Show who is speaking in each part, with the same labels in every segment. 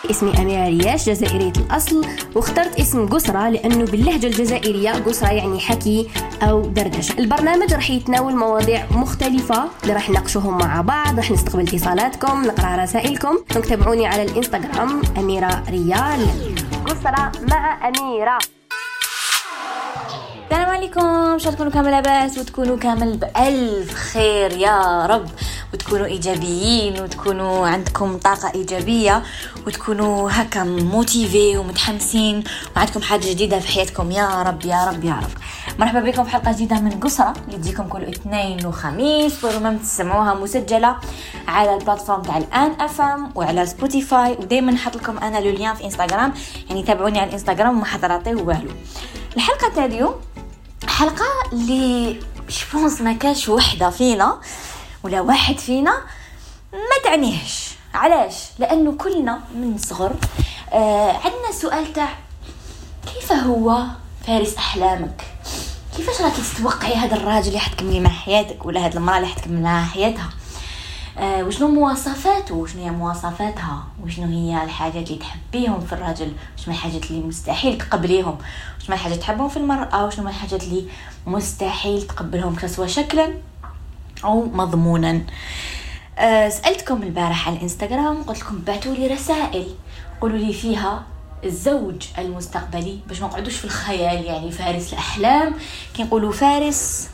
Speaker 1: اسمي أميرة رياش، جزائرية الأصل، واخترت اسم قسرة لأنه باللهجة الجزائرية قسرة يعني حكي أو دردشة. البرنامج رح يتناول مواضيع مختلفة اللي رح نناقشوهم مع بعض، رح نستقبل اتصالاتكم، نقرأ رسائلكم. تابعوني على الإنستغرام أميرة ريال. قسرة مع أميرة.
Speaker 2: السلام عليكم، شو تكونوا كامل لاباس وتكونوا كامل بألف خير يا رب، وتكونوا إيجابيين وتكونوا عندكم طاقة إيجابية وتكونوا هكا موتيفي ومتحمسين وعندكم حاجة جديدة في حياتكم يا رب يا رب يا رب. مرحبا بكم في حلقة جديدة من قسرة اللي تجيكم كل اثنين وخميس، وربما تسمعوها مسجلة على البلاتفورم تاع الآن أفهم وعلى سبوتيفاي، ودايما نحط لكم أنا لوليان في إنستغرام، يعني تابعوني على الإنستغرام وما حضراتي وبالو. الحلقة تاع اليوم حلقة اللي شبونس ما كاش وحدة فينا ولا واحد فينا ما تعنيهش. علاش؟ لأنه كلنا من صغر عندنا سؤال تاع كيف هو فارس أحلامك؟ كيفاش راكي تتوقعي هذا الراجل اللي حتكملي مع حياتك ولا هذه المرأة اللي حتكمل معها حياتها؟ وشنو مواصفاته وشنو هي مواصفاتها وشنو هي الحاجات اللي تحبيهم في الرجل وشنو الحاجات اللي مستحيل تقبليهم وشنو الحاجات تحبهم في المرأة وشنو الحاجات اللي مستحيل تقبلهم سواء شكلا أو مضمونا. سألتكم البارح على الانستغرام، قلت لكم بعتوا لي رسائل قولوا لي فيها الزوج المستقبلي باش ما نقعدوش في الخيال، يعني فارس الأحلام كي نقولوا فارس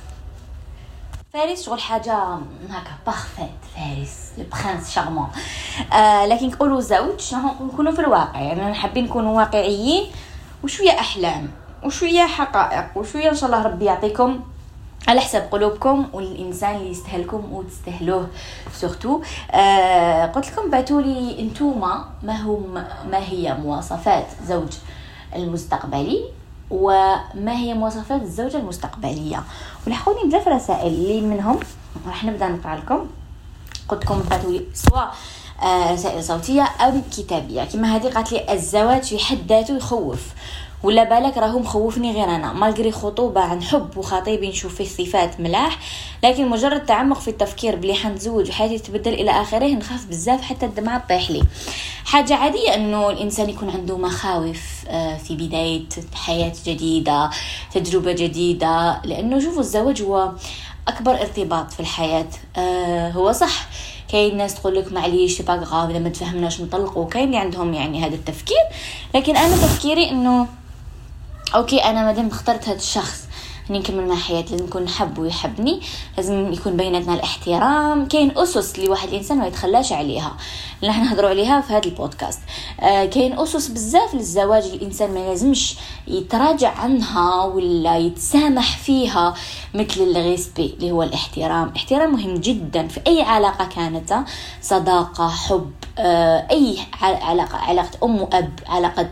Speaker 2: شغل حاجة هكا بارفيت، فارس البرنس شارمون. لكن نقولوا زوج نكونوا في الواقع، يعني حابين نكونوا واقعيين وشوية أحلام وشوية حقائق وشوية إن شاء الله ربي يعطيكم على حساب قلوبكم والإنسان اللي يستهلكم وتستهلوه سورتو. قلت لكم بعتولي انتوما ما هي مواصفات زوج المستقبلي وما هي مواصفات الزوجة المستقبلية، ولحقوني بزاف رسائل اللي منهم راح نبدأ نقرأ لكم. قلت لكم بعتولي سواء رسائل صوتية أو كتابية. كما هذه قالت لي الزواج في حد ذاته يخوف، ولا بالك راهو مخوفني غير انا، مالغري خطوبه عن حب وخطيبي نشوف فيه صفات ملاح، لكن مجرد تعمق في التفكير بلي حنتزوج وحياتي تبدل الى اخره نخاف بزاف حتى الدمعه تطيح لي. حاجه عاديه انه الانسان يكون عنده مخاوف في بدايه حياه جديده، تجربه جديده، لانه شوفوا الزواج هو اكبر ارتباط في الحياه. هو صح كاين ناس تقول لك معليش با غاف اذا ما تفهمناش نطلقوا، كاين اللي عندهم يعني هذا التفكير، لكن انا تفكيري انه اوكي انا مادام اخترت هذا الشخص نكمل مع حياتي لازم نكون نحب ويحبني، لازم يكون بيناتنا الاحترام. كاين اسس اللي واحد الانسان ما يتخلاش عليها اللي احنا نهضروا عليها في هذا البودكاست. كاين اسس بزاف للزواج الانسان ما لازمش يتراجع عنها ولا يتسامح فيها، مثل الريسبي اللي هو الاحترام. احترام مهم جدا في اي علاقه كانت، صداقه، حب، اي علاقه ام واب، علاقه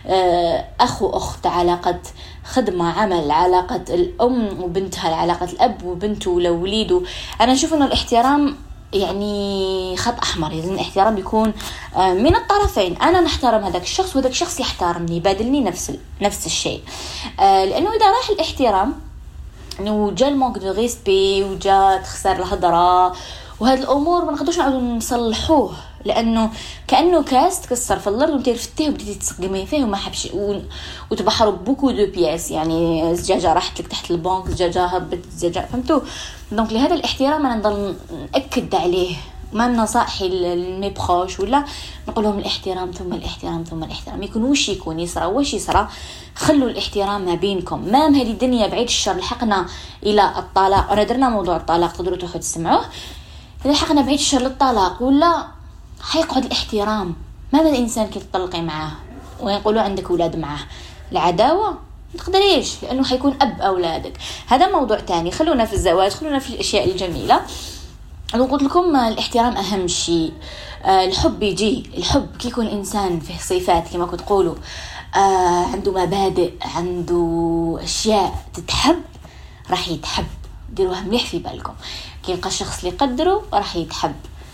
Speaker 2: اخ واخت، علاقه خدمة، عمل، علاقة الأم وبنتها، علاقة الأب وبنته ولولاده. أنا أشوف أن الاحترام يعني خط أحمر، لازم الاحترام يكون من الطرفين، أنا نحترم هذاك الشخص وهذاك الشخص يحترمني، يبادلني نفس الشيء. لأنه إذا راح الاحترام وجاء المونك دو ريسبي وجاء تخسر الهضرة وهذه الأمور ما نقدرش نعاودوا نصلحوه، لأنه كأنه كاس تكسر في الأرض وانت رفتيه وبديتي تسقمي فيه وما حبش وتبحروا بوكو دو بياس، يعني زجاجة راحت لك تحت البنك، زجاجة هبط، زجاجة، فهمتوا؟ دونك لهذا الاحترام أنا نضل نأكد عليه، ما نصائحي للمبخوش ولا نقولهم الاحترام ثم الاحترام ثم الاحترام، يكون وش يكون يصرى وش يصرى، خلوا الاحترام ما بينكم. ما هذه الدنيا بعيد الشر لحقنا إلى الطلاق، أنا درنا موضوع الطلاق تقدروا تاخذوا تسمعوه، لحقنا بعيد الشر للطلاق ولا حيقعد الاحترام. ماذا الإنسان كي تطلقي معاه ويقولوا عندك أولاد معاه، العداوة ما تقدريش لأنه حيكون أب أولادك، هذا موضوع تاني. خلونا في الزواج، خلونا في الأشياء الجميلة. أنا قلت لكم الاحترام أهم شيء. الحب يجي، الحب كي يكون الإنسان فيه صفات كما كنت تقولوا، عنده مبادئ، عنده أشياء تتحب، راح يتحب. ديروها مليح في بالكم، كي يلقى الشخص اللي يقدره راح يتحب.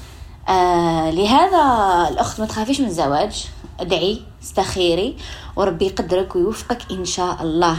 Speaker 2: لهذا الأخت ما تخافيش من الزواج، ادعي، استخيري، وربي يقدرك ويوفقك إن شاء الله.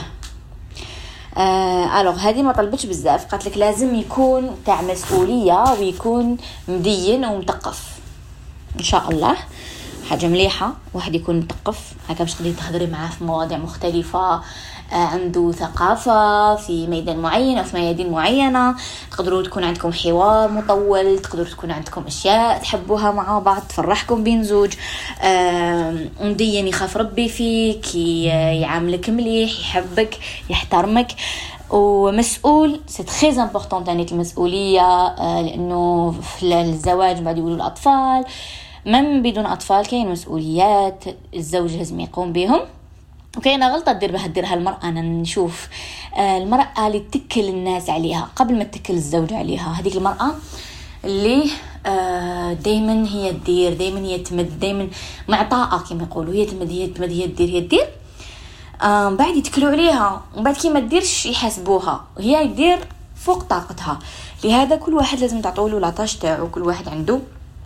Speaker 2: الوغ هذه ما طلبتش بزاف، قالت لك لازم يكون تاع مسؤولية ويكون مدين ومثقف إن شاء الله. حاجة مليحة. واحد يكون مثقف هكا باش تقدري تهضري معاه في مواضيع مختلفة، عنده ثقافة في ميدان معين أو في ميادين معينة، تقدروا تكون عندكم حوار مطول، تقدروا تكون عندكم أشياء تحبوها مع بعض تفرحكم بين زوج. مدين يخاف ربي فيك، يعاملك مليح، يحبك، يحترمك، ومسؤول. سي تري امبورطون تاني المسؤولية، لأنه في الزواج بعد يقولوا الأطفال، من بدون أطفال كاين مسؤوليات الزوج لازم يقوم بهم. وكاينه غلطه ديرها المراه. انا نشوف المراه اللي تتكل الناس عليها قبل ما تتكل الزوج عليها، هذيك المراه اللي دائما هي تدير، دائما هي تمد، دائما معطاءه كما يقولوا، هي تمد هي تمد هي تدير. بعد يتكلوا عليها، ومن بعد كي ما تديرش يحاسبوها، وهي تدير فوق طاقتها. لهذا كل واحد لازم تعطوله لاطاج تاعو، كل واحد عنده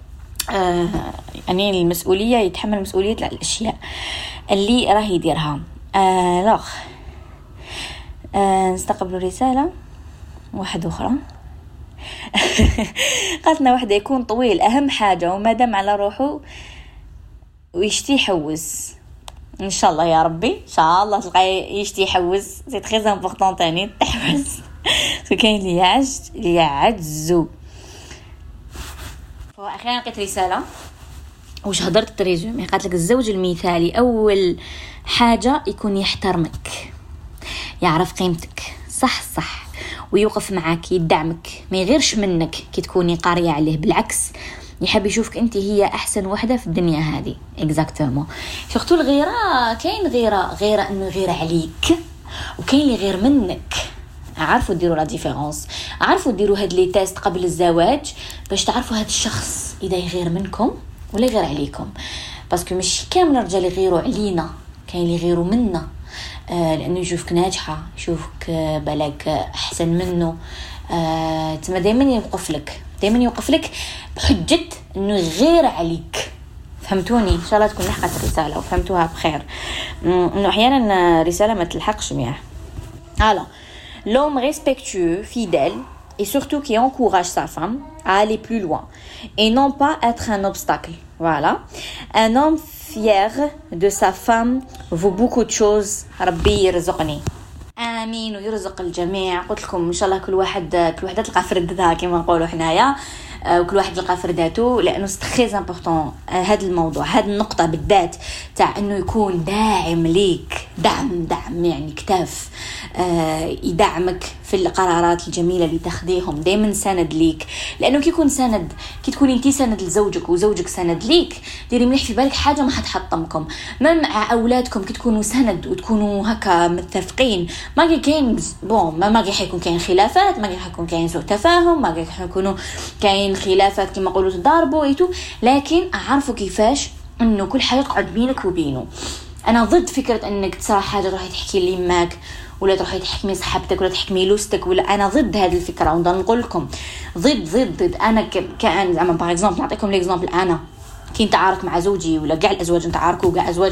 Speaker 2: يعني المسؤوليه، يتحمل مسؤوليه الاشياء اللي راه يديرها. لاخ نستقبل رسالة واحدة أخرى. قالتنا واحدة يكون طويل أهم حاجة وما دام على روحه ويشتي يحوز. إن شاء الله يا ربي، إن شاء الله تلقى يشتي يحوز. سي تري امبورطون تاني تحوز. كاين اللي يعجزوا. وأخيرا لقيت رسالة وش هضرت التريزومي، قالت لك الزوج المثالي أول حاجة يكون يحترمك، يعرف قيمتك صح ويوقف معك، يدعمك، ما يغيرش منك كي تكوني قارية عليه، بالعكس يحب يشوفك انت هي احسن وحده في الدنيا هذه. اكزاكتومون. سورتو الغيره، كاين غيره انه يغير عليك، وكاين اللي غير منك. عارفوا ديروا لا ديفيرونس، عارفوا ديروا هاد لي تيست قبل الزواج باش تعرفوا هاد الشخص اذا يغير منكم ولا يغير عليكم. باسكو مش كامل الرجال يغيروا علينا، كاين اللي يغيروا منا لانه يشوفك ناجحه، يشوفك بالك احسن منه. تما دائما يوقف لك بحجه انه يغير عليك. فهمتوني؟ ان شاء الله تكون لحقت الرساله وفهمتوها بخير، انه احيانا رساله ما تلحقش معها. Alors, l'homme respectueux, fidèle et surtout qui encourage sa femme à aller plus loin et non pas être un obstacle. Voilà. Un homme fier de sa femme vaut beaucoup de choses. ربي يرزقني. آمين ويرزق الجميع. قلت لكم إن شاء الله كل واحدة تلقى فردها كما نقولوا حنايا، وكل واحد يلقى فرداته، لأنه ستريز امبورطون هذا الموضوع، هذه النقطة بالذات تاع إنه يكون داعم ليك، دعم يعني كتاف، يدعمك في القرارات الجميلة اللي تاخديهم، دايما سند ليك. لأنه كي يكون سند، كي تكوني انتي سند لزوجك وزوجك سند ليك، ديري مليح في بالك حاجة ما حتحطمكم. مع أولادكم كي تكونوا سند وتكونوا هكا متفقين، ما كاين ما حيكون كاين خلافات، ما حيكون كاين سوء تفاهم، ما حيكونوا كاين خلافات كما قولوا تضاربوا ايتو، لكن اعرفوا كيفاش انه كل حاجه تقعد بينك وبينه. انا ضد فكره انك تصرح حاجه تروحي تحكي ليماك ولا تروحي تحكمي صاحبتك ولا تحكمي لوستك، ولا انا ضد هذه الفكره ونقول لكم ضد. انا كان زعما باغ اكزومبل نعطيكم ليكزومبل، انا كي نتعارك مع زوجي ولا كاع الازواج نتعاركوا، كاع ازواج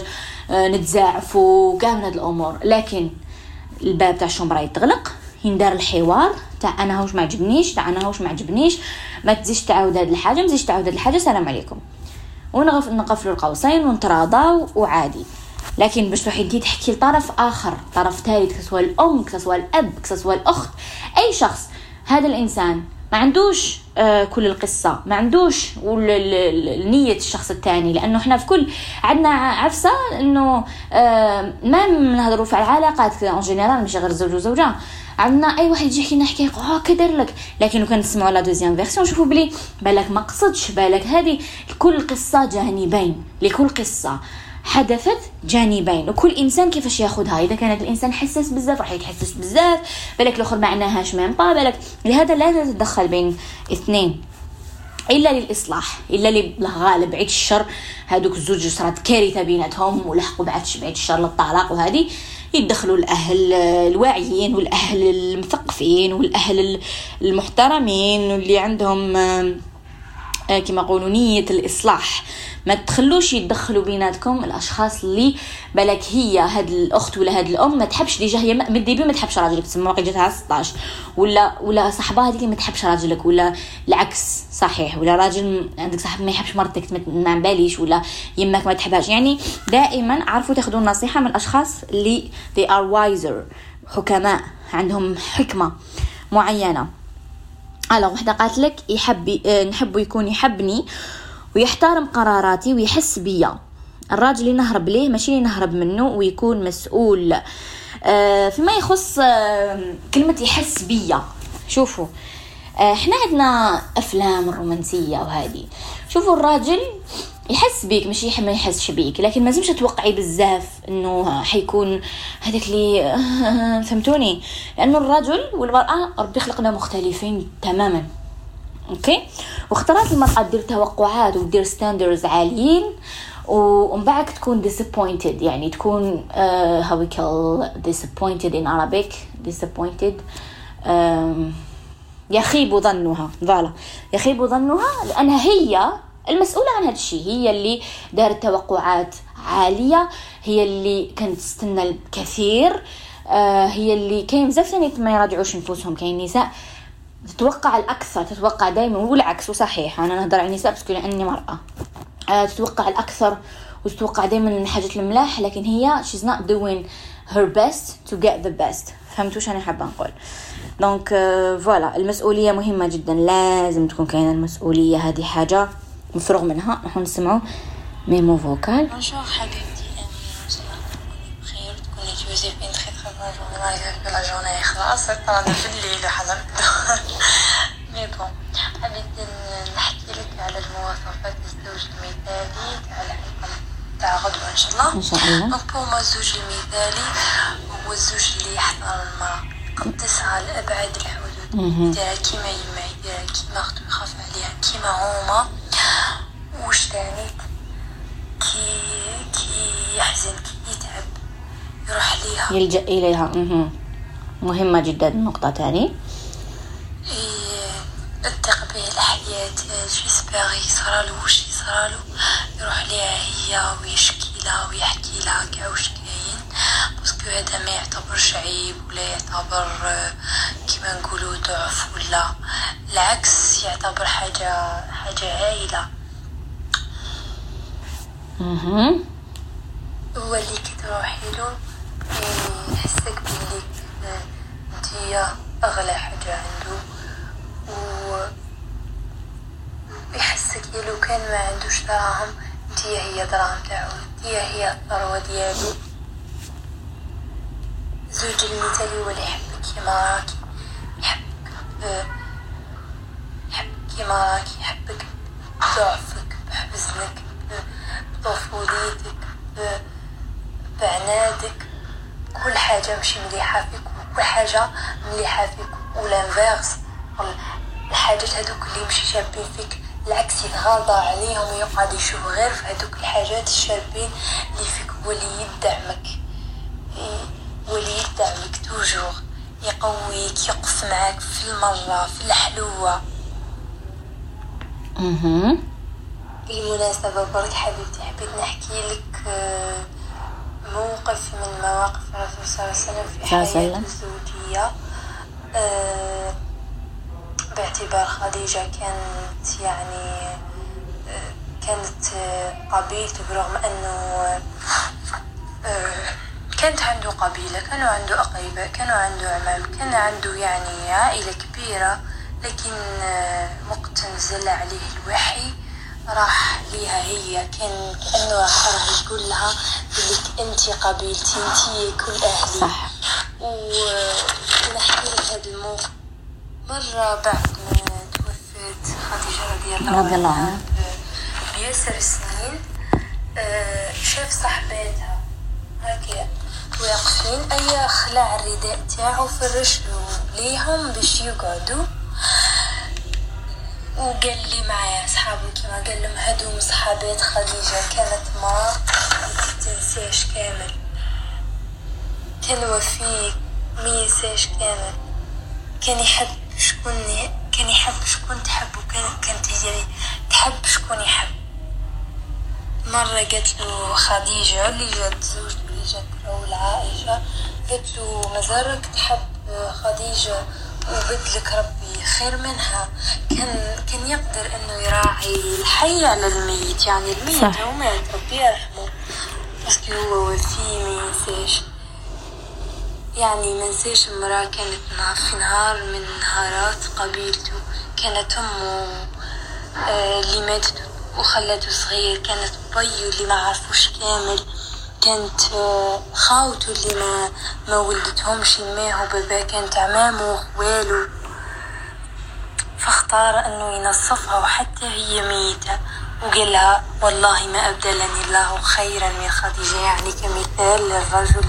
Speaker 2: نتزاعفوا كاع من هذه الامور، لكن الباب تاع الشومبره يتغلق، يندار الحوار تاع انا هاوش ما عجبنيش، تاع انا هاوش ما عجبنيش، ما تزيدش تعاود هذه الحاجه، ما تزيدش تعاود هذه الحاجه، السلام عليكم، ونقفلوا القوسين ونتراضوا وعادي. لكن باش تروحي انتي تحكي لطرف اخر، طرف ثالث، سواء الام، سواء الاب، سواء الاخت، اي شخص، هذا الانسان ما عندوش كل القصة، ما عندوش نية الشخص الثاني، لأنه إحنا في كل عندنا عفسة إنه ما نهضروا في العلاقات ان جينيرال، مش غير الزوج وزوجة، عندنا أي واحد يجي يحكي نحكي كدر لك، لكن لو كان نسمعوا لا دوزيام فيرسيون نشوفوا بلي بالك ما قصدش، بالك هذه كل قصة جانبين، لكل قصة حدثت جانبين، وكل انسان كيفاش ياخذها. اذا كانت الانسان حساس بزاف راح يتحسس بزاف، بالك الاخر معناهاش ميم با، بالك لهذا لا تتدخل بين اثنين الا للاصلاح، الا للغالب عيد الشر، هذوك الزوج صارت كارثه بيناتهم ولحقوا بعد الشر للطلاق، وهذه يدخلوا الاهل الواعيين والاهل المثقفين والاهل المحترمين واللي عندهم كما يقولوا نية الإصلاح. ما تخلوش يتدخلوا بيناتكم الأشخاص اللي بالك هي هاد الأخت ولا هاد الأم ما تحبش ديجا، هي من الديبي ما تحبش راجلك، تسمى وقيتها 16 ولا صاحبها هذيك ما تحبش راجلك، ولا العكس صحيح، ولا راجل عندك صاحب ما يحبش مرتك ما باليش، ولا يمك ما تحبهاش. يعني دائما عرفوا تاخذوا النصيحة من الأشخاص اللي they are wiser، حكماء عندهم حكمة معينة. وحدة قالت لك نحبه يكون يحبني ويحترم قراراتي ويحس بيا. الراجل اللي نهرب ليه ماشي اللي نهرب منه، ويكون مسؤول. فيما يخص كلمة يحس بيا، شوفوا احنا عندنا افلام رومانسية وهذه، شوفوا الراجل يحس بيك ماشي ما يحسش بيك، لكن ما لازمش توقعي بزاف انه حيكون هذاك اللي فهمتوني، لانه الرجل والمرأة ربي خلقنا مختلفين تماما. اوكي، واختارت المرأة دير توقعات ودير ستاندرز عاليين، ومن بعد تكون disappointed، يعني تكون how we call disappointed in Arabic disappointed، يخيب ظنها، يخيب ظنها، لأنها هي المسؤولة عن هذا الشيء، هي اللي دارت توقعات عالية، هي اللي كانت تستنى الكثير، هي اللي كاين بزاف ثاني ما يراجعوش نفوسهم. كاين نساء تتوقع الأكثر، تتوقع دائما، والعكس وصحيح، أنا نهضر عن النساء بس لأني مرأة، تتوقع الأكثر وتتوقع دائما الحاجات الملاح، لكن هي she's not doing her best to get the best. فهمتوا شو أنا حابة نقول؟ دونك فوالا، المسؤولية مهمة جدا، لازم تكون كاينة المسؤولية، هذه حاجة مفروغ منها. نحن نسمعوا ميمو فوكال.
Speaker 3: بونجور حبيبتي، بخير، تكوني توزي بين تري تري بون جورني مالغري لا جورني خلاص رانا في الليل وحنا مي بون. حبيت نحكي لك على المواصفات الزوج المثالي تاع الحلقة تاع غدوة ان شاء الله. دونك بور ما الزوج المثالي هو الزوج اللي يحترم المرأة، قد تسعى لأبعد الحدود، يديرها كيما يما، يديرها كيما اختو يخاف عليها كيما هما، وش تاني كي يحزن كي يتعب يروح ليها،
Speaker 2: يلجأ إليها. مهمة جدا. النقطة تاني
Speaker 3: الثق به الحياة، جيسبر يصرالو وش يصرالو يروح ليها هي ويشكي لها ويحكي لها كاع وش كاين، باسكو هذا ما يعتبرش عيب ولا يعتبر كيما نقولوا ضعف، ولا العكس يعتبر حاجة هايلة. هو اللي كتروحي له يحسك بلي انتي اغلى حاجة عنده، ويحسك لو كان ما عندوش دراهم انتي هي دراهم تاعو، انتي هي الثروة ديالو. الزوج المثالي هو اللي يحبك كيما راكي، يحبك كيما راكي، يحبك بضعفك بحزنك بطفوليتك بعنادك، كل حاجة مشي مليحة فيك وكل حاجة مليحة فيك، ولا انفيرس الحاجات هذوك اللي مشي شابين فيك العكس يتغاضى عليهم ويقعد يشوف غير في هذوك الحاجات الشابين اللي فيك، واللي يدعمك توجور، يقويك، يقف معك في المرة في الحلوة. بالمناسبة برك حبيبتي حبيت نحكي لك موقف من مواقف الرسول صلى الله عليه وسلم في حياته الزوجية، باعتبار خديجة كانت قبيلته، برغم أنه كانت عنده قبيلة، كانوا عنده أقرباء، كانوا عنده عمام، كان عنده يعني عائلة كبيرة، لكن وقت نزل عليه الوحي راح ليها هي، كأنه راح يقول لها بلك أنتي قبيلتي، أنتي كل أهلي.
Speaker 2: صح.
Speaker 3: ونحكي لك هذا الموقف مرة بعد ما توفت خديجة رضي الله عنها بيسر سنين، شاف صاحباتها هكا واقفين، أي خلع الرداء تاعو فرشلو ليهم باش يقعدوا، وقال لي معايا صحابي كما قال لهم هادو صحابات خديجة، كانت ما تنساش كامل، كان وفي ميساش كامل، كان يحب شكون تحبه، كانت هي تحب شكون يحب. مرة قالت له خديجة اللي جات زوجته اللي جات أول عائشة، قالت له مازالك تحب خديجة وبدلك ربي خير منها. كان يقدر انه يراعي الحي على الميت، يعني الميت هو مات ربي يرحمه، بس هو وفي ما ينساش، يعني ما نساش المرأة كانت في نهار من نهارات قبيلته، كانت أمه اللي ماتت وخلته صغير، كانت بيو اللي ما عرفوش كامل، كانت خاوته اللي ما ولدتهمش ماه وبابا، كانت عمامه وخواله، فاختار انه ينصفها وحتى هي ميتة، وقالها والله ما أبدلني الله خيرا من خديجة، يعني كمثال للرجل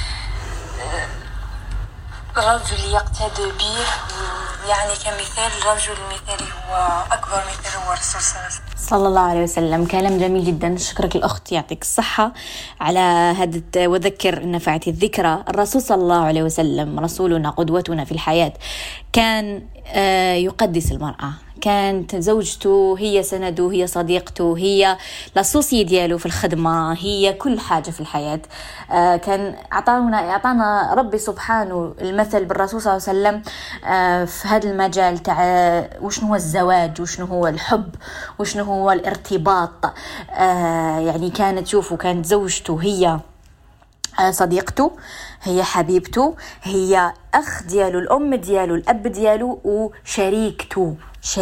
Speaker 3: رجل يقتدى به، يعني كمثال الرجل المثالي هو أكبر مثال هو الرسول
Speaker 2: صلى الله عليه وسلم. كلام جميل جدا، شكرك الأخت، يعطيك الصحة على هذا. وذكر إن نفعت الذكرى. الرسول صلى الله عليه وسلم رسولنا قدوتنا في الحياة، كان يقدس المرأة، كانت زوجته هي سنده، هي صديقته، هي لاسوسي ديالو في الخدمة، هي كل حاجة في الحياة. كان أعطانا ربي سبحانه المثل بالرسول صلى الله عليه وسلم في هذا المجال تاع وشنو هو الزواج، وشنو هو الحب، وشنو هو الارتباط. يعني كانت تشوفوا كانت زوجته هي صديقته، هي حبيبته، هي أخ ديالو، الأم ديالو، الأب ديالو، وشريكته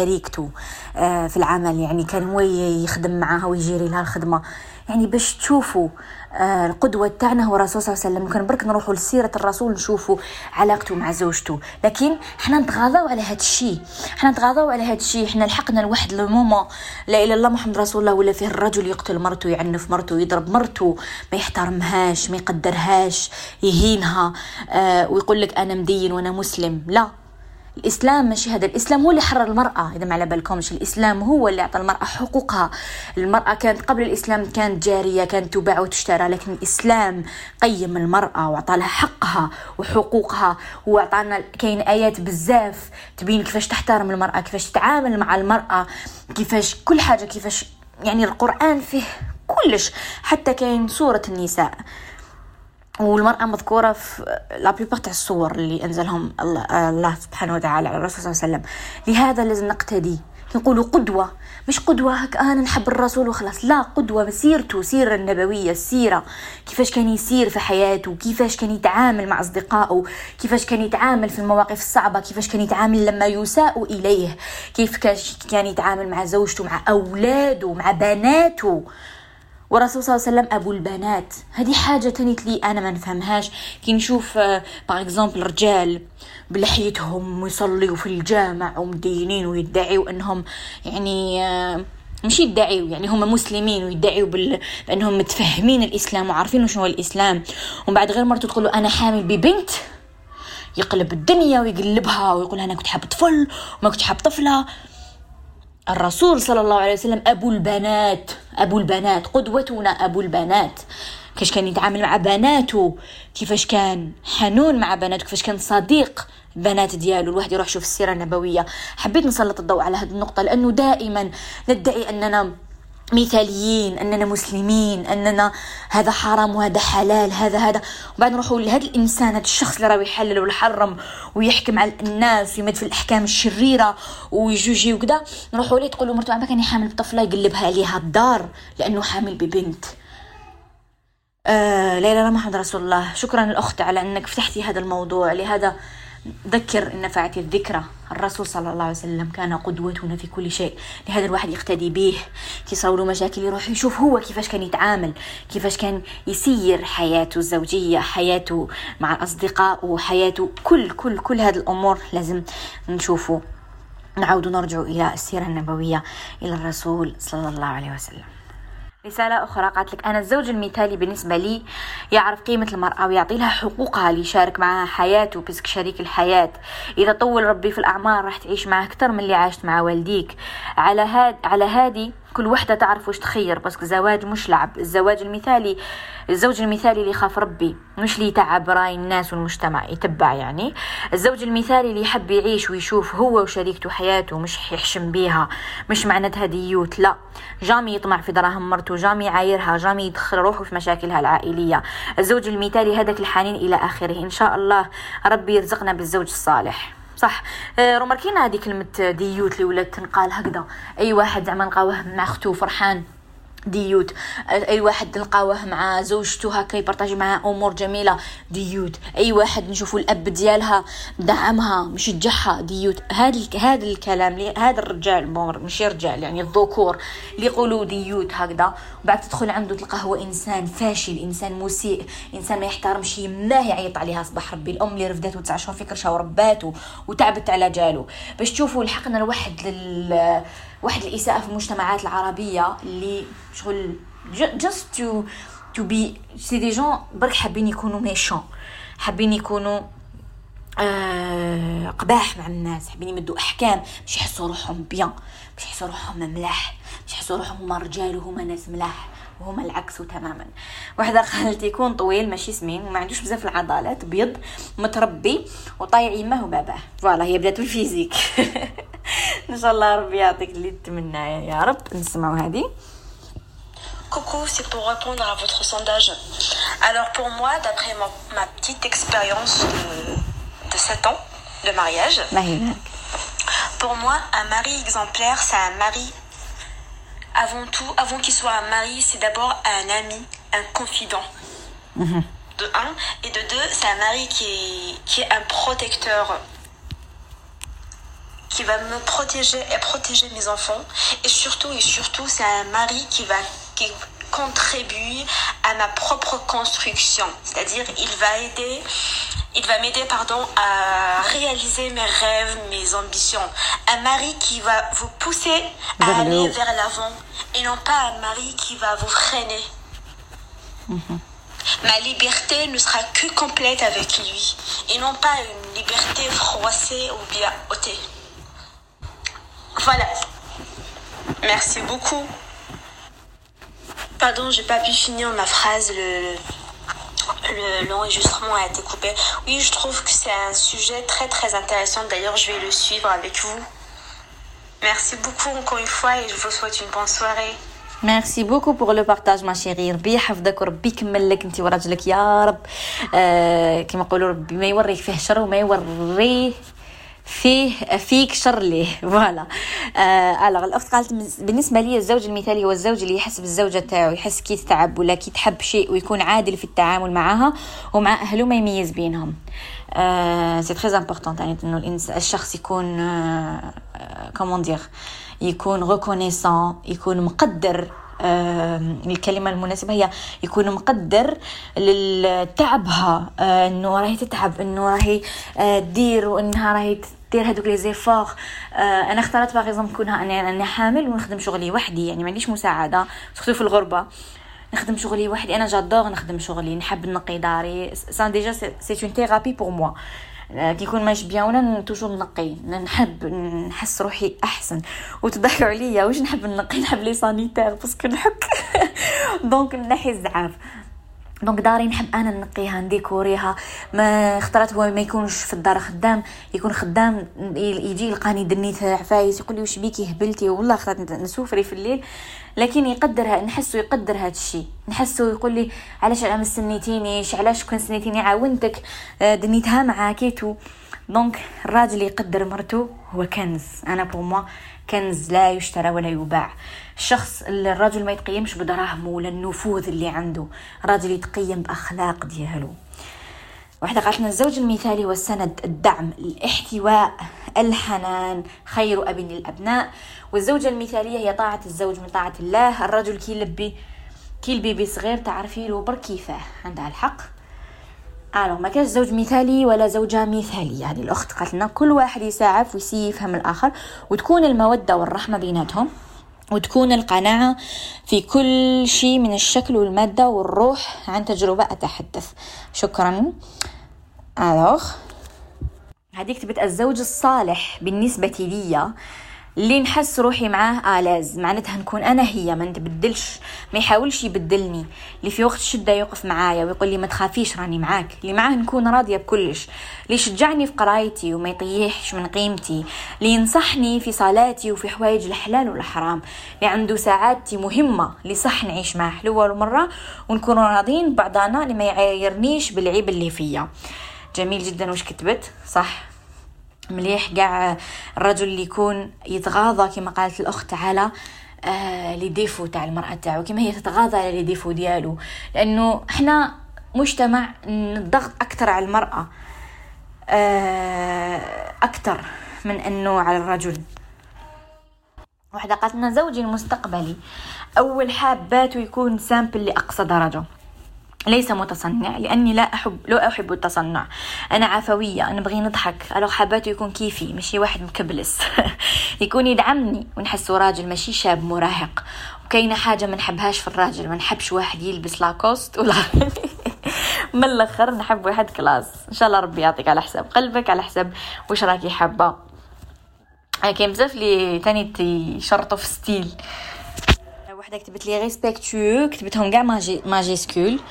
Speaker 2: في العمل. يعني كان هو يخدم معها ويجيري لها الخدمة. يعني باش تشوفوا القدوة تاعنا هو الرسول صلى الله عليه وسلم. كان برك نروحوا لسيرة الرسول نشوفوا علاقته مع زوجته، لكن احنا نتغاضوا على هذا الشيء. احنا لحقنا الواحد الموما لا اله الا الله محمد رسول الله، ولا فيه الرجل يقتل مرته، يعنف مرته، يضرب مرته، ما يحترمهاش، ما يقدرهاش، يهينها، ويقول لك انا مدين وانا مسلم. لا، الإسلام ماشي هذا. الإسلام هو اللي حرر المرأة، إذا ما على بالكمش. الإسلام هو اللي أعطى المرأة حقوقها. المرأة كانت قبل الإسلام كانت جارية، كانت تباع وتشترى، لكن الإسلام قيم المرأة وأعطى لها حقها وحقوقها. وأعطانا كاين آيات بزاف تبين كيفاش تحترم المرأة، كيفاش تتعامل مع المرأة، كيفاش كل حاجة، كيفاش يعني القرآن فيه كلش. حتى كاين سورة النساء والمرأة مذكورة في لا بليبار تاع الصور اللي أنزلهم الله سبحانه وتعالى على الرسول صلى الله عليه وسلم. لهذا لازم نقتدي. نقولوا قدوة، مش قدوة هك أنا نحب الرسول وخلاص، لا، قدوة بسيرته، سيرة النبوية، السيرة كيفاش كان يسير في حياته، كيفاش كان يتعامل مع أصدقائه، كيفاش كان يتعامل في المواقف الصعبة، كيفاش كان يتعامل لما يساء إليه، كيف كان يتعامل مع زوجته، مع أولاده، مع بناته. والرسول صلى الله عليه وسلم أبو البنات. هذه حاجة تانيت لي أنا ما نفهمهاش. كي نشوف باغ اكزامبل رجال بلحيتهم ويصليوا في الجامع ومدينين ويدعيوا أنهم يعني مش يدعيوا، يعني هم مسلمين ويدعيوا بأنهم متفهمين الإسلام وعارفين شنو هو الإسلام، ومن بعد غير مرته تقول له أنا حامل ببنت، يقلب الدنيا ويقلبها ويقول أنا كنت حاب طفل وما كنت حاب طفلة. الرسول صلى الله عليه وسلم أبو البنات، قدوتنا أبو البنات. كيفاش كان يتعامل مع بناته، كيفاش كان حنون مع بناته، كيفاش كان صديق بنات ديالو. الواحد يروح يشوف السيرة النبوية. حبيت نسلط الضوء على هذه النقطة لأنه دائما ندعي أننا مثاليين، أننا مسلمين، أننا هذا حرام وهذا حلال، هذا وبعد نروحوا لهذا الإنسان، هذا الشخص اللي راه يحلل ويحرم ويحكم على الناس ويمد في الأحكام الشريرة ويجوجي وكذا، نروحوا ليه تقولوا مرته عمك كان حامل بطفلة، يقلبها عليها الدار لأنه حامل ببنت. لا إله إلا محمد رسول الله. شكرا الأخت على أنك فتحتي هذا الموضوع. لهذا ذكر إن نفعت الذكرى. الرسول صلى الله عليه وسلم كان قدوتنا في كل شيء. لهذا الواحد يقتدي به، تصوروا مشاكل يروح يشوف هو كيفاش كان يتعامل، كيفاش كان يسير حياته الزوجية، حياته مع الأصدقاء، وحياته كل هذه الأمور لازم نشوفه. نعود نرجع إلى السيرة النبوية، إلى الرسول صلى الله عليه وسلم. رسالة أخرى قالت لك أنا الزوج المثالي بالنسبة لي يعرف قيمة المرأة ويعطي لها حقوقها، ليشارك معها حياته، بسك شريك الحياة. إذا طول ربي في الأعمار راح تعيش معه أكثر من اللي عاشت مع والديك. على هادي كل وحده تعرف واش تخير، بس الزواج مش لعب. الزواج المثالي، الزوج المثالي اللي يخاف ربي، مش اللي يتعب راي الناس والمجتمع يتبع. يعني الزوج المثالي اللي يحب يعيش ويشوف هو وشريكته حياته، مش يحشم بيها، مش معناتها ديوت، لا، جامي يطمع في دراهم مرته، جامي يعايرها، جامي يدخل روحه في مشاكلها العائليه. الزوج المثالي هذاك الحنين الى اخره. ان شاء الله ربي يرزقنا بالزوج الصالح. صح. رمركينا هذه كلمه ديوت اللي ولات تنقال هكذا، اي واحد زعما نلقاوه مع اخته فرحان ديوت، اي واحد نلقاوه مع زوجته هكا يبارطاجي معها امور جميله ديوت، اي واحد نشوفوا الاب ديالها دعمها مش يجحها ديوت. هذا الكلام هذا الرجال مش رجال يعني الذكور اللي يقولوا ديوت هكذا، وبعد تدخل عنده تلقاه هو انسان فاشل، انسان مسيء، انسان ما يحترمش يماه، يعيط عليها صباح ربي. الام اللي رفدته 9 شهور في كرشها ورباته وتعبت على جاله. باش تشوفوا لحقنا واحد الإساءة في المجتمعات العربية اللي شغل just to be c'est des gens برك حابين يكونوا ميشون، حابين يكونوا قباح مع الناس، حابين يمدوا أحكام، مش يحسوا روحهم بيان، مش يحسوا روحهم ملاح، مش يحسوا روحهم هما رجال وهما ناس ملاح، وهما العكس تماما. واحدة قالت يكون طويل ماشي سمين وما عندوش بزاف العضلات، بيض متربي وطايع يمه وباباه. فوالا هي بدات بالفيزيك. ان شاء الله ربي يعطيك اللي تتمناه يا رب. نسمعوا هذه.
Speaker 3: Coucou, c'est pour répondre à votre sondage. Alors pour moi, d'après ma petite expérience de 7 ans de mariage, pour moi, un mari exemplaire, c'est un mari, avant tout, avant qu'il soit un mari, c'est d'abord un ami, un confident. De 1, et de 2, c'est un mari qui est un protecteur, qui va me protéger et protéger mes enfants. Et surtout, c'est un mari qui contribue à ma propre construction. C'est-à-dire, il va m'aider à réaliser mes rêves, mes ambitions. Un mari qui va vous pousser à aller vers l'avant et non pas un mari qui va vous freiner. Ma liberté ne sera que complète avec lui et non pas une liberté froissée ou bien ôtée. Voilà. Merci beaucoup. Pardon, j'ai pas pu finir ma phrase. L'enregistrement a été coupé. Oui, je trouve que c'est un sujet très très intéressant. D'ailleurs, je vais le suivre avec vous. Merci beaucoup encore une fois et je vous souhaite une bonne soirée.
Speaker 2: ميرسي بوكو بور لو بارطاج ما شيري. ربي يحفظك وربي يكمل لك انت وراجلك يا رب. كما يقولوا ربي ما يوريك فيه شر وما يوريه فيك شر ليه. فوالا. الاخت قالت بالنسبه لي الزوج المثالي هو الزوج اللي يحس بالزوجه تاعو، يحس كي تتعب ولا كي تحب شيء ويكون عادل في التعامل معها ومع اهله، ما يميز بينهم. سي تري امبورطون يعني انه الشخص يكون كومون دير، يكون ريكونيسون، يكون مقدر. الكلمة المناسبة هي يكون مقدر للتعبها، انه راهي تتعب، انه راهي تدير، وانها راهي دير هذوك لي زيفور. انا اختارت باغ كونها انا حامل ونخدم شغلي وحدي، يعني ما عنديش مساعده، سورتو في الغربه نخدم شغلي وحدي. انا جادور نخدم شغلي، نحب نقي داري، سان ديجا سي اون ثيرابي بور موا. كي يكون ماشي بيان ولا توجور نقي، نحب نحس روحي احسن. وتضحكوا عليا واش نحب نقي، نحب لي سانيتير باسكو نحك دونك نحي الزعاف. دونك داري نحب انا نقيها نديكوريها. ما اختارت هو ما يكونش في الدار خدام، يكون خدام يجي يلقاني دنيت عفايس يقول لي واش بيكي هبلتي، والله اختارت نسوفري في الليل، لكن يقدرها، نحسه يقدر هذا الشيء، نحسه يقول لي علاش ما سنيتينيش، علاش كون سنيتيني عاونتك دنيتها معاكيتو. دونك الراجل يقدر مرته هو كنز. انا بور موا كنز لا يشترى ولا يباع. الرجل ما يتقيمش بدراهمه ولا النفوذ اللي عنده، الراجل يتقيم باخلاق ديالو. واحدة قالت لنا الزوج المثالي هو السند، الدعم، الاحتواء، الحنان، خير أب للأبناء. والزوجة المثالية هي طاعة الزوج من طاعة الله. الرجل كي البيبي صغير تعرفي له برك كيفاه، عندها الحق. ما كانش زوج مثالي ولا زوجة مثالية. هذه الأخت قالت لنا كل واحد يساعف ويسي يفهم الآخر، وتكون المودة والرحمة بيناتهم، وتكون القناعة في كل شيء من الشكل والمادة والروح. عن تجربة أتحدث. شكرا. هذيك كتبت الزوج الصالح بالنسبة لي اللي نحس روحي معاه آلاز، معناتها نكون أنا هي، ما نتبدلش، ما يحاولش يبدلني. اللي في وقت الشدة يوقف معايا ويقول لي ما تخافيش راني معاك، اللي معاه نكون راضية بكلش، اللي يشجعني في قرايتي وما يطيحش من قيمتي، اللي ينصحني في صلاتي وفي حوايج الحلال والحرام، اللي عنده ساعاتي مهمة، اللي صح نعيش معاه حلوة مرة ونكون راضين بعضنا، اللي ما يعايرنيش بالعيب اللي فيا. جميل جدا وش كتبت، صح مليح. قاع الرجل اللي يكون يتغاضى كما قالت الأخت على لي ديفو تاع المرأة تاعو، كما هي تتغاضى على لي ديفو ديالو، لأنه احنا مجتمع الضغط أكثر على المرأة أكثر من أنه على الرجل. واحدة قالت لنا زوجي المستقبلي أول حاباته يكون سامبل لأقصى درجة، ليس متصنع، لأني لا أحب التصنع، أنا عفوية، أنا بغي نضحك، ألو حاباته يكون كيفي ماشي واحد مكبلس يكون يدعمني ونحسه راجل ماشي شاب مراهق. وكاينة حاجة ما نحبهاش في الراجل، ما نحبش واحد يلبس لاكوست ولا من الآخر نحب واحد كلاس. إن شاء الله ربي يعطيك على حساب قلبك، على حساب وش راكي حابة. كاين بزاف لي تاني يشرطوا في ستيل. واحدة كتبت لي ريسبكتيو، كتبتهم كاع ماجيسكول،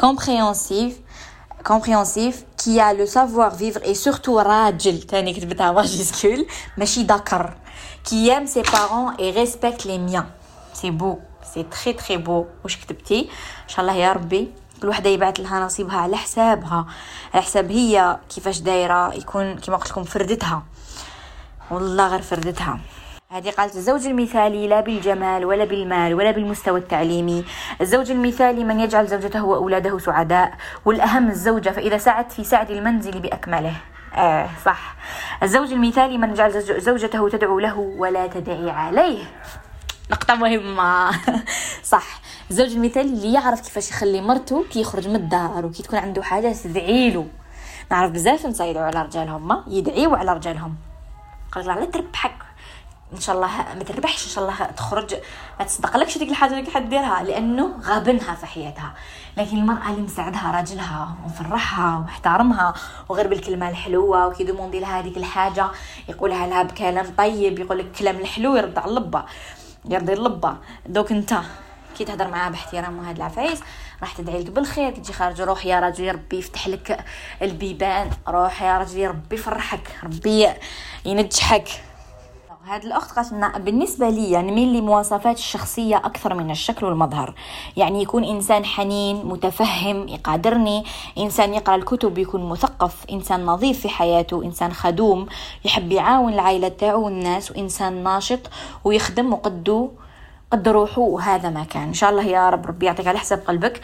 Speaker 2: compréhensif qui a le savoir vivre et surtout راجل تاني كتبتها ماجيسكول ماشي ذكر، qui aime ses parents et respecte les miens. c'est beau, c'est très très beau. وش كتبتي؟ ان شاء الله يا ربي كل وحده يبعث لها نصيبها على حسابها، على حساب هي كيفاش دايره، يكون كما قلت لكم فردتها، والله غير فردتها. هذه قالت الزوج المثالي لا بالجمال ولا بالمال ولا بالمستوى التعليمي، الزوج المثالي من يجعل زوجته وأولاده سعداء، والأهم الزوجة فإذا سعت في سعد المنزل بأكمله. صح، الزوج المثالي من يجعل زوجته تدعو له ولا تدعي عليه. نقطة مهمة صح، الزوج المثالي اللي يعرف كيفاش يخلي مرته كي يخرج من الدار وكي تكون عنده حاجة تدعي له. نعرف بزاف نصيدوا على رجالهم، ما يدعيوا على رجالهم، قالت على تربحك ان شاء الله ما تربحش، ان شاء الله تخرج ما تصدقلكش ديك الحاجه اللي حديرها، لانه غابنها في حياتها. لكن المراه اللي مساعدها راجلها ومفرحها واحترمها وغير بالكلمه الحلوه وكي دوموندي لها هذيك الحاجه يقولها لها بكلام طيب، يقول لك الكلام الحلو يرد على اللبه، يرضي اللبه. دوك انت كي تهضر معاه باحترام وهاد العفايس راح تدعي لك بالخير. كي تجي خارج روح يا راجل ربي يفتح لك البيبان، روح يا راجل ربي يفرحك، ربي ينجحك. هذه الأخت قالت لنا بالنسبة لي يعني نميل لمواصفات الشخصية أكثر من الشكل والمظهر، يعني يكون إنسان حنين متفهم يقدرني، إنسان يقرأ الكتب يكون مثقف، إنسان نظيف في حياته، إنسان خدوم يحب يعاون العائلة تاعو والناس، وإنسان ناشط ويخدم وقدو قد روحه. وهذا ما كان إن شاء الله يا رب، ربي يعطيك على حساب قلبك.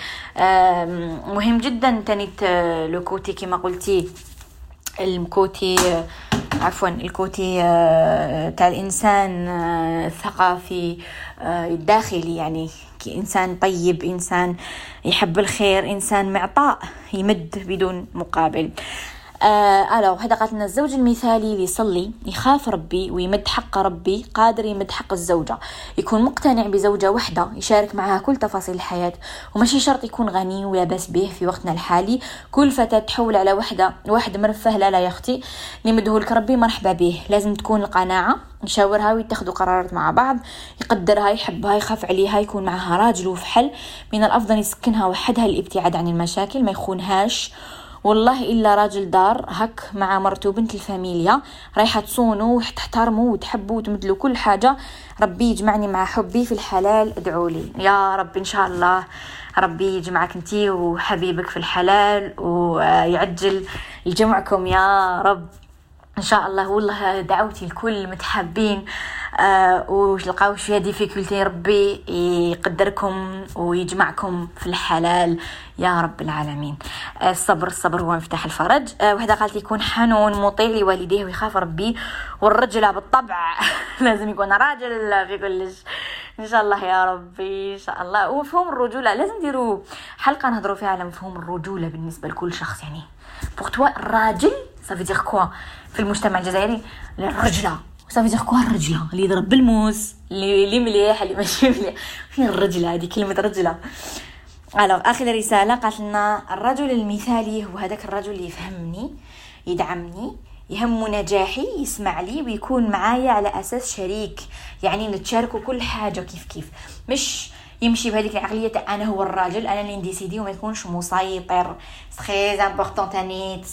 Speaker 2: مهم جدا تانيت لوكوتي كما قلتي، الكوتي عفوا الكوتي تاع الإنسان الثقافي الداخلي، يعني إنسان طيب، إنسان يحب الخير، إنسان معطاء يمد بدون مقابل. هذا قالت لنا الزوج المثالي اللي يصلي يخاف ربي ويمد حق ربي، قادر يمد حق الزوجة، يكون مقتنع بزوجة واحدة يشارك معها كل تفاصيل الحياة، وماشي شرط يكون غني ولا باس به. في وقتنا الحالي كل فتاة تحول على واحد مرفه لا يخطئ، اللي مدهولك ربي مرحبا به. لازم تكون القناعة، يشاورها ويتخذوا قرارات مع بعض، يقدرها يحبها يخاف عليها، يكون معها راجل وفحل. من الأفضل يسكنها وحدها للابتعاد عن المشاكل، ما يخونهاش. والله إلا راجل دار هك مع مرته بنت الفاميليا رايحة تصونوا وتحترموا وتحبوا وتمدلوا كل حاجة. ربي يجمعني مع حبي في الحلال، ادعوا لي يا رب إن شاء الله. ربي يجمعك انتي وحبيبك في الحلال ويعجل جمعكم يا رب إن شاء الله. والله دعوتي لكل متحابين وتلقاو فيها ديفيكولتي، ربي يقدركم ويجمعكم في الحلال يا رب العالمين. الصبر هو مفتاح الفرج. وحده قالت يكون حنون مطيع لوالديه ويخاف ربي، والرجل بالطبع لازم يكون راجل في كلش ان شاء الله يا ربي ان شاء الله. ومفهوم الرجوله لازم نديروا حلقه نهضروا فيها على مفهوم الرجوله بالنسبه لكل شخص. يعني pour toi الراجل ça veut dire quoi في المجتمع الجزائري؟ الرجله ça veut dire quoi؟ الرجله اللي يضرب بالموس، اللي مليح، اللي ماشي مليح. فين الرجله هذه؟ كلمه رجله. آخر رسالة قالت لنا الرجل المثالي هو هذاك الرجل اللي يفهمني، يدعمني، يهمه نجاحي يسمع لي ويكون معايا على أساس شريك، يعني نتشاركوا كل حاجة كيف مش يمشي بهذيك العقلية تاع أنا هو الراجل أنا اللي نديسيدي وما يكونش مسيطر. سخيز امبورطون تاني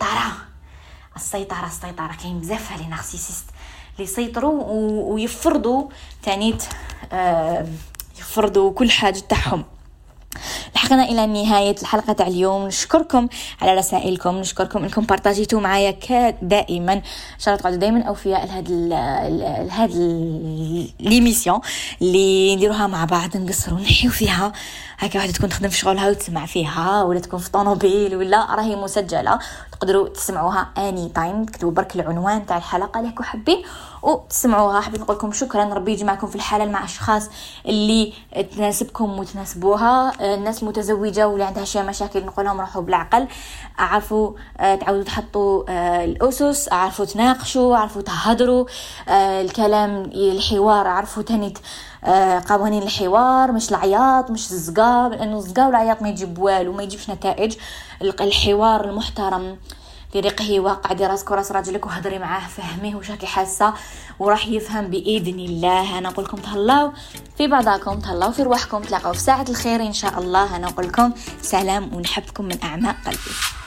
Speaker 2: السيطرة كاين بزاف لي نارسيسيست اللي يسيطروا ويفرضوا تاني يفرضوا كل حاجة تاعهم. لحقنا الى نهايه الحلقه تاع اليوم. نشكركم على رسائلكم، نشكركم انكم بارطاجيتوا معايا كدائما، ان شاء الله تقعدوا دائما اوفياء لهاد ليميسيون اللي نديروها مع بعض، نقصروا نحيو فيها هكا. واحده تكون تخدم في شغلها وتسمع فيها، ولا تكون في طوموبيل، ولا راهي مسجله تقدروا تسمعوها اني تايم. تكتبوا برك العنوان تاع الحلقه اللي راكم حابين وتسمعوها. حبيت نقول لكم شكرا، ربي يجمعكم في الحلال مع اشخاص اللي تناسبكم وتناسبوها. الناس متزوجه واللي عندها شي مشاكل نقول لهم روحوا بالعقل، عرفوا تعودوا تحطوا الاسس، عرفوا تناقشوا، عرفوا تهضروا الكلام الحوار، عرفوا تاني قوانين الحوار، مش العياط مش الزقا، لانه الزقا والعياط ما يجيب والو، ما يجيبش نتائج. الحوار المحترم اللي ريقه واقع دي راسك وراس راجلك وهضري معاه فهميه وش راكي حاسه وراح يفهم باذن الله. انا نقول لكم تهلاو في بعضكم، تهلاو في رواحكم، تلاقوا في ساعه الخير ان شاء الله. انا نقول لكم سلام ونحبكم من اعماق قلبي.